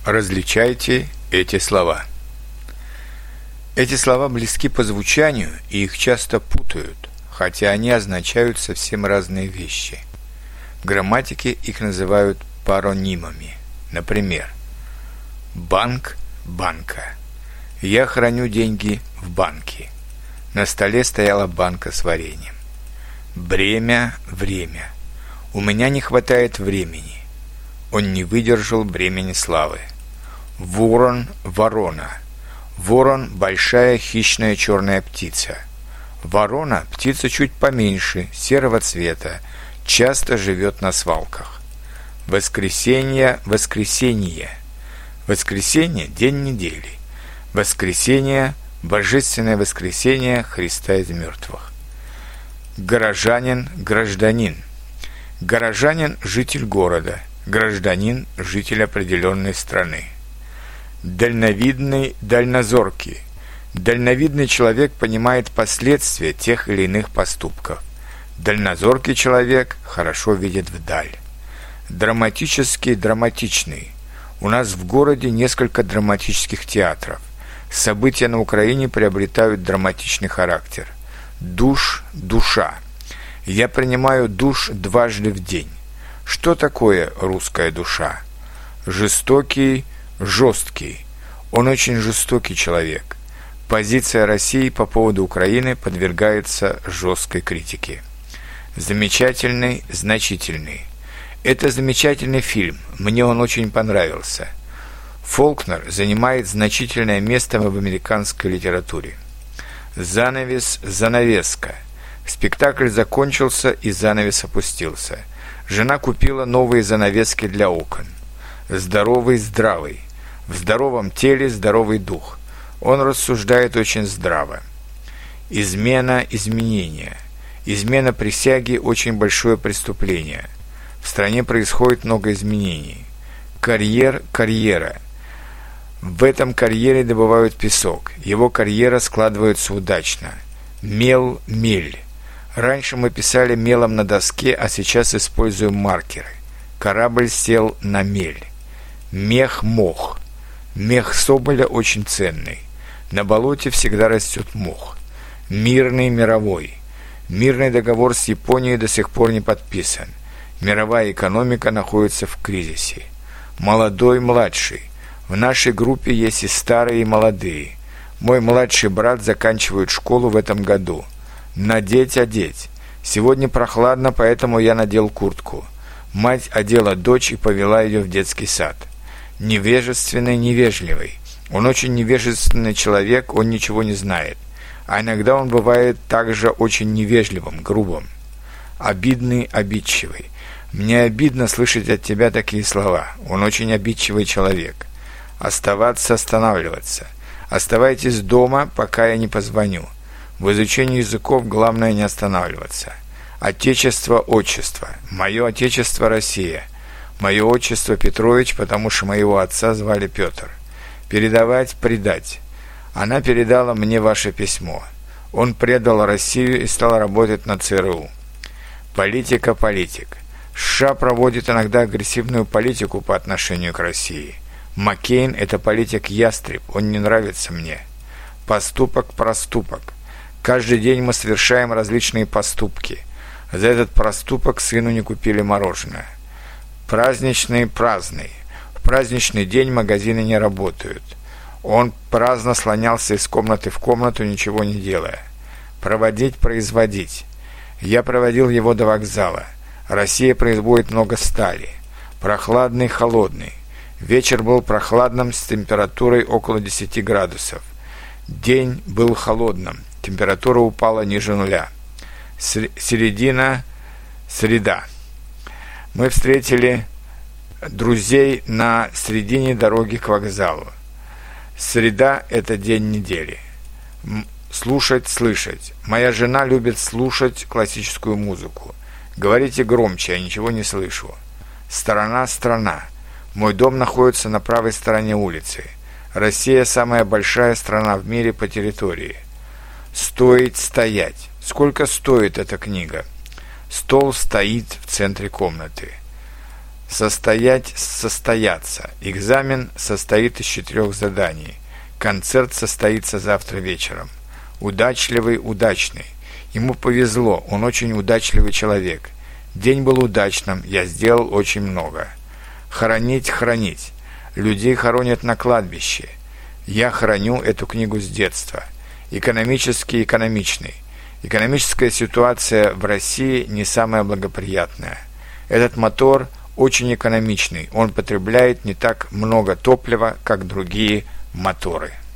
Различайте эти слова. Эти слова близки по звучанию, и их часто путают, хотя они означают совсем разные вещи. В грамматике их называют паронимами. Например, банк – банка. Я храню деньги в банке. На столе стояла банка с вареньем. Бремя – время. У меня не хватает времени. Он не выдержал бремени славы. Ворон – ворона. Ворон – большая хищная черная птица. Ворона – птица чуть поменьше, серого цвета, часто живет на свалках. Воскресенье – воскресенье. Воскресенье – день недели. Воскресенье – божественное воскресенье Христа из мертвых. Горожанин – гражданин. Горожанин – житель города. Гражданин – житель определенной страны. Дальновидный – дальнозоркий. Дальновидный человек понимает последствия тех или иных поступков. Дальнозоркий человек хорошо видит вдаль. Драматический – драматичный. У нас в городе несколько драматических театров. События на Украине приобретают драматичный характер. Душ – душа. Я принимаю душ дважды в день. Что такое русская душа? Жестокий – жесткий. Он очень жестокий человек. Позиция России по поводу Украины подвергается жесткой критике. Замечательный, значительный. Это замечательный фильм. Мне он очень понравился. Фолкнер занимает значительное место в американской литературе. Занавес, занавеска. Спектакль закончился, и занавес опустился. Жена купила новые занавески для окон. Здоровый, здравый. В здоровом теле здоровый дух. Он рассуждает очень здраво. Измена, изменение. Измена присяги – очень большое преступление. В стране происходит много изменений. Карьер, карьера. В этом карьере добывают песок. Его карьера складывается удачно. Мел, мель. Раньше мы писали мелом на доске, а сейчас используем маркеры. Корабль сел на мель. Мех, мох. Мех соболя очень ценный. На болоте всегда растет мох. Мирный, мировой. Мирный договор с Японией до сих пор не подписан. Мировая экономика находится в кризисе. Молодой, младший. В нашей группе есть и старые, и молодые. Мой младший брат заканчивает школу в этом году. Надеть, одеть. Сегодня прохладно, поэтому я надел куртку. Мать одела дочь и повела ее в детский сад. Невежественный, невежливый. Он очень невежественный человек, он ничего не знает. А иногда он бывает также очень невежливым, грубым. Обидный, обидчивый. Мне обидно слышать от тебя такие слова. Он очень обидчивый человек. Оставаться, останавливаться. Оставайтесь дома, пока я не позвоню. В изучении языков главное не останавливаться. Отечество, отчество. Мое отечество – Россия. Мое отчество Петрович, потому что моего отца звали Петр. Передавать, предать. Она передала мне ваше письмо. Он предал Россию и стал работать на ЦРУ. Политика, политик. США проводит иногда агрессивную политику по отношению к России. Маккейн – это политик-ястреб, он не нравится мне. Поступок, проступок. Каждый день мы совершаем различные поступки. За этот проступок сыну не купили мороженое. Праздничный, праздный. В праздничный день магазины не работают. Он праздно слонялся из комнаты в комнату, ничего не делая. Проводить, производить. Я проводил его до вокзала. Россия производит много стали. Прохладный, холодный. Вечер был прохладным с температурой около 10 градусов. День был холодным. Температура упала ниже нуля. Середина, среда. Мы встретили друзей на середине дороги к вокзалу. Среда – это день недели. Слушать, слышать. Моя жена любит слушать классическую музыку. Говорите громче, я ничего не слышу. Сторона, страна. Мой дом находится на правой стороне улицы. Россия – самая большая страна в мире по территории. Стоит, стоять. Сколько стоит эта книга? Стол стоит в центре комнаты. Состоять, состояться. Экзамен состоит из 4 заданий. Концерт состоится завтра вечером. Удачливый, удачный. Ему повезло, он очень удачливый человек. День был удачным, я сделал очень много. Хоронить, хранить. Людей хоронят на кладбище. Я храню эту книгу с детства. Экономически экономичный. Экономическая ситуация в России не самая благоприятная. Этот мотор очень экономичный, он потребляет не так много топлива, как другие моторы.